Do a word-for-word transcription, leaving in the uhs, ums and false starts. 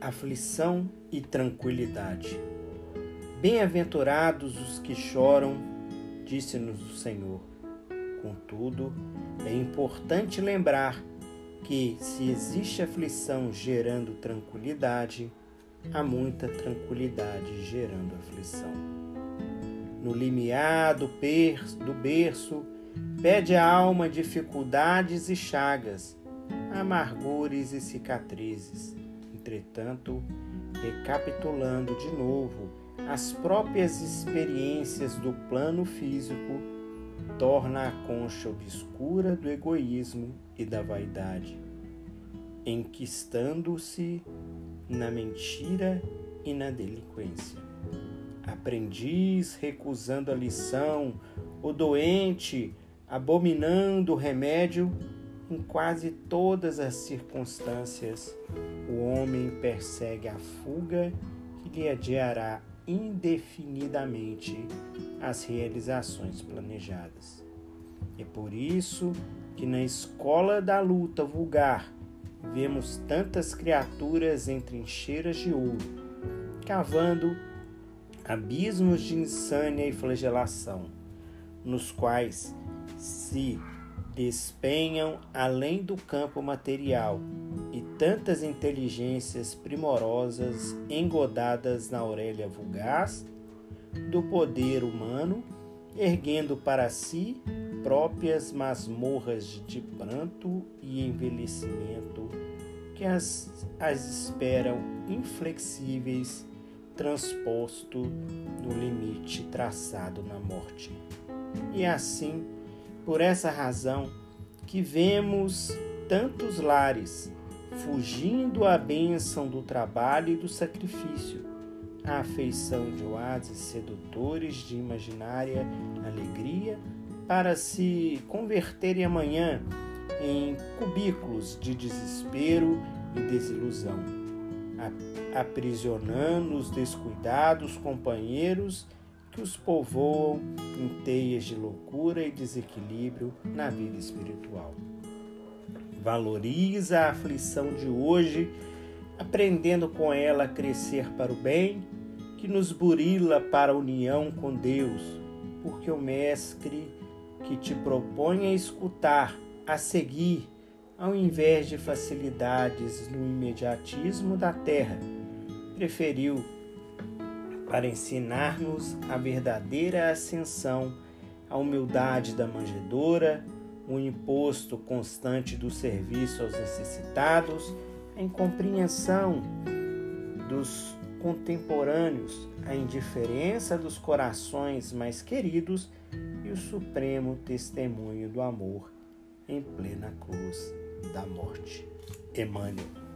aflição e tranquilidade. Bem-aventurados os que choram, disse-nos o Senhor. Contudo, é importante lembrar que, se existe aflição gerando tranquilidade, há muita tranquilidade gerando aflição. No limiar do, per- do berço, pede a alma dificuldades e chagas, amargores e cicatrizes. Entretanto, recapitulando de novo as próprias experiências do plano físico, torna a concha obscura do egoísmo e da vaidade, enquistando-se na mentira e na delinquência. Aprendiz recusando a lição, o doente abominando o remédio, em quase todas as circunstâncias, o homem persegue a fuga que lhe adiará indefinidamente as realizações planejadas. É por isso que na escola da luta vulgar vemos tantas criaturas em trincheiras de ouro, cavando abismos de insânia e flagelação, nos quais se despenham além do campo material, e tantas inteligências primorosas engodadas na aurélia vulgaz do poder humano, erguendo para si próprias masmorras de pranto e envelhecimento que as, as esperam inflexíveis, transposto no limite traçado na morte. E assim, por essa razão, que vemos tantos lares fugindo à bênção do trabalho e do sacrifício, à afeição de oásis sedutores de imaginária alegria, para se converterem amanhã em cubículos de desespero e desilusão, aprisionando os descuidados companheiros que os povoam em teias de loucura e desequilíbrio na vida espiritual. Valoriza a aflição de hoje, aprendendo com ela a crescer para o bem, que nos burila para a união com Deus, porque o Mestre que te propõe a escutar, a seguir, ao invés de facilidades no imediatismo da terra, preferiu, para ensinar-nos a verdadeira ascensão, a humildade da manjedoura, o imposto constante do serviço aos necessitados, a incompreensão dos contemporâneos, a indiferença dos corações mais queridos e o supremo testemunho do amor em plena cruz da morte. Emmanuel.